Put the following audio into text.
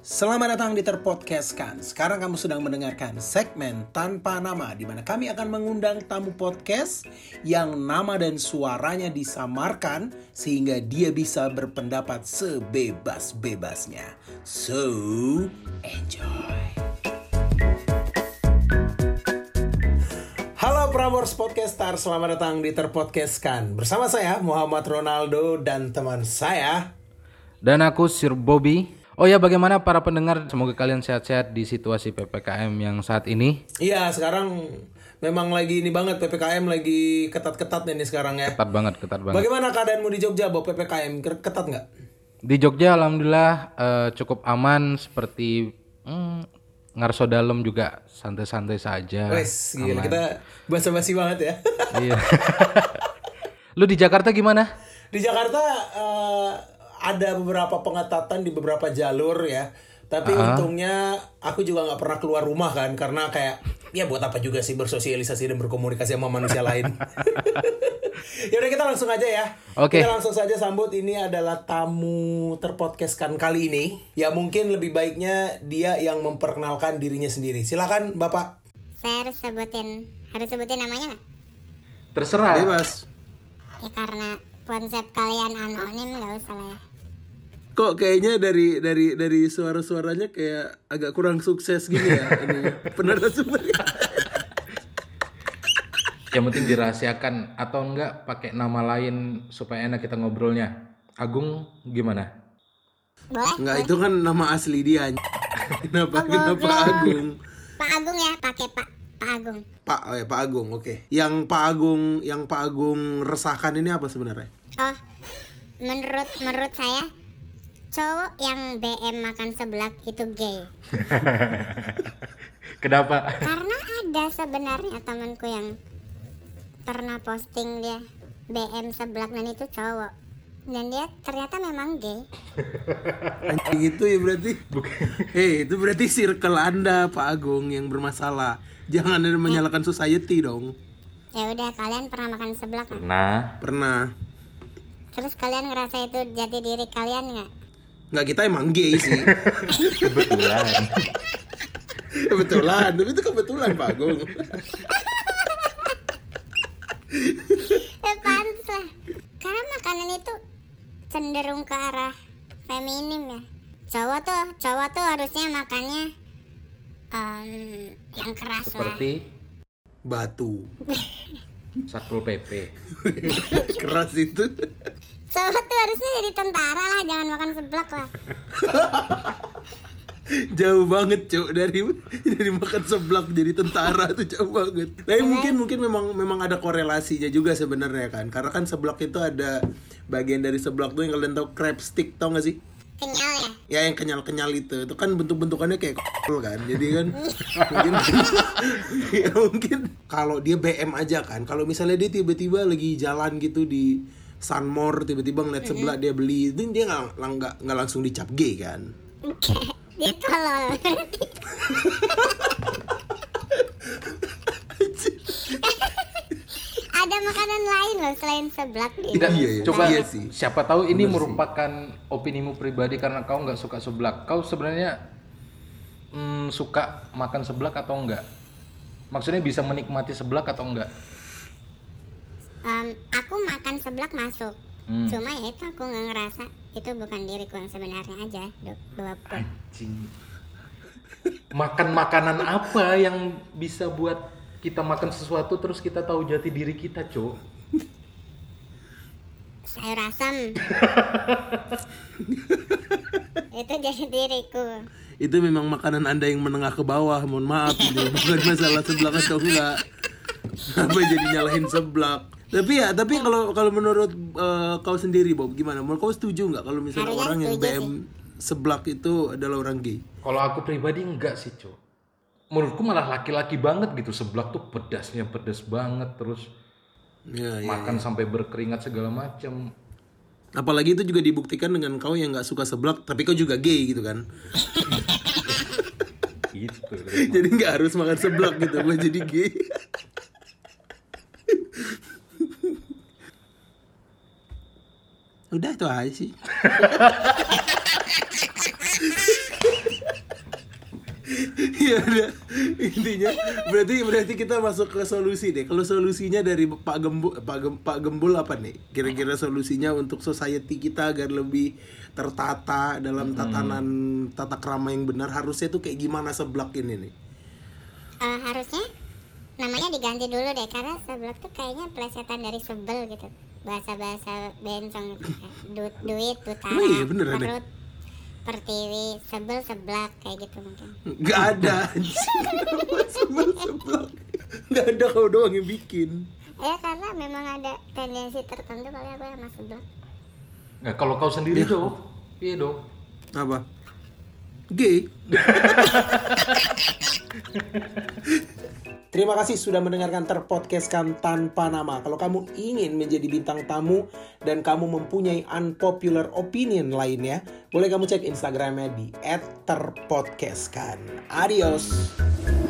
Selamat datang di Terpodcastkan. Sekarang kamu sedang mendengarkan segmen Tanpa Nama, di mana kami akan mengundang tamu podcast yang nama dan suaranya disamarkan sehingga dia bisa berpendapat sebebas-bebasnya. So, enjoy. Halo Prambors Podcaster, selamat datang di Terpodcastkan. Bersama saya Muhammad Ronaldo dan teman saya. Dan aku Sir Bobby. Oh ya, bagaimana para pendengar? Semoga kalian sehat-sehat di situasi PPKM yang saat ini. Iya, sekarang memang lagi ini banget, PPKM lagi ketat-ketatnya nih sekarang ya. Ketat banget. Bagaimana keadaanmu di Jogja, Bob? PPKM ketat nggak? Di Jogja alhamdulillah cukup aman, seperti Ngarso Dalem juga santai-santai saja. Wes, gila, kita basa-basi banget ya. Iya. Lu di Jakarta gimana? Di Jakarta ada beberapa pengetatan di beberapa jalur ya. Tapi untungnya aku juga nggak pernah keluar rumah kan, karena kayak ya buat apa juga sih bersosialisasi dan berkomunikasi sama manusia lain. Yaudah, kita langsung aja ya. Oke. Kita langsung saja sambut. Ini adalah tamu Terpodcastkan kali ini. Ya mungkin lebih baiknya dia yang memperkenalkan dirinya sendiri. Silakan Bapak. Saya harus sebutin namanya nggak? Terserah. Bebas. Ya karena konsep kalian anonim, nggak usah lah ya. Kok kayaknya dari suara-suaranya kayak agak kurang sukses gini ya ini penarasumbernya. Yang penting dirahasiakan atau enggak pakai nama lain supaya enak kita ngobrolnya. Agung gimana? Boleh? Enggak, itu kan nama asli dia. Kenapa Agung? Pak Agung ya, pakai Pak Agung. Pak Agung, oke. Yang Pak Agung resahkan ini apa sebenarnya? Oh, menurut saya cowok yang BM makan seblak itu gay. Kenapa? Karena ada sebenarnya temanku yang pernah posting dia BM seblak dan itu cowok. Dan dia ternyata memang gay. Anjing itu ya berarti. Itu berarti circle Anda Pak Agung yang bermasalah. Jangan Anda menyalahkan society dong. Ya udah, kalian pernah makan seblak nggak? Pernah. Terus kalian ngerasa itu jati diri kalian nggak? Nggak, kita emang gay sih. Kebetulan, tapi itu kebetulan Pak Agung. Ya pantas lah. Karena makanan itu cenderung ke arah feminim ya. Cowok tuh harusnya makannya yang keras Seperti batu. Satpol PP. Keras itu. Cowok tuh harusnya jadi tentara lah, jangan makan seblak lah. Jauh banget Cuk, dari makan seblak jadi tentara tuh jauh banget. Tapi mungkin memang ada korelasinya juga sebenarnya kan. Karena kan seblak itu ada bagian dari seblak tuh yang kalian tahu, crab stick, tau gak sih? Kenyal ya? Ya yang kenyal-kenyal itu kan bentuk-bentukannya kayak kan. Jadi kan mungkin kalau dia BM aja kan. Kalau misalnya dia tiba-tiba lagi jalan gitu di Sunmore, tiba-tiba ngeliat seblak dia beli, itu dia nggak langsung dicap gay kan? Dia tolol. Ada makanan lain loh selain seblak gitu. Tidak, coba iya sih. Siapa tahu ini Bener merupakan opinimu pribadi karena kau nggak suka seblak. Kau sebenarnya suka makan seblak atau enggak? Maksudnya bisa menikmati seblak atau enggak? Aku makan seblak masuk. Cuma ya itu aku nggak ngerasa itu bukan diriku yang sebenarnya aja. Anjing. Makan makanan apa yang bisa buat kita makan sesuatu terus kita tahu jati diri kita, Cok? Sayur asam. Itu jadi diriku. Itu memang makanan Anda yang menengah ke bawah, mohon maaf ini bukan masalah seblak atau enggak. Apa jadi nyalahin seblak? Tapi kalau menurut kau sendiri Bob, gimana? Menurut kau setuju nggak kalau misalnya Harusnya orang yang setuju BM seblak itu adalah orang gay? Kalau aku pribadi enggak sih, Cok. Menurutku malah laki-laki banget gitu. Seblak tuh pedasnya pedas banget, terus makan sampai berkeringat segala macam. Apalagi itu juga dibuktikan dengan kau yang nggak suka seblak, tapi kau juga gay gitu kan? Gitu. Jadi nggak harus makan seblak gitu buat jadi gay. Udah itu aja sih. Iya udah. Intinya berarti kita masuk ke solusi deh. Kalau solusinya dari Pak Gembul apa nih? Kira-kira solusinya untuk society kita agar lebih tertata dalam tata krama yang benar, harusnya tuh kayak gimana seblak ini nih? Harusnya namanya diganti dulu deh, karena seblak tuh kayaknya plesetan dari sebel gitu. Bahasa-bahasa bencong gitu. Duit, putaran, iya, beneran perut, pertiwi, sebel, seblak kayak gitu mungkin. Nggak ada. Seblak. Nggak ada, kau doang yang bikin. Ya karena memang ada tendensi tertentu kali apa sama seblak. Nah, kalau kau sendiri dong, iya dong. Apa? Gay. Terima kasih sudah mendengarkan Terpodcastkan Tanpa Nama. Kalau kamu ingin menjadi bintang tamu dan kamu mempunyai unpopular opinion lainnya, boleh kamu cek Instagramnya di @terpodcastkan. Adios.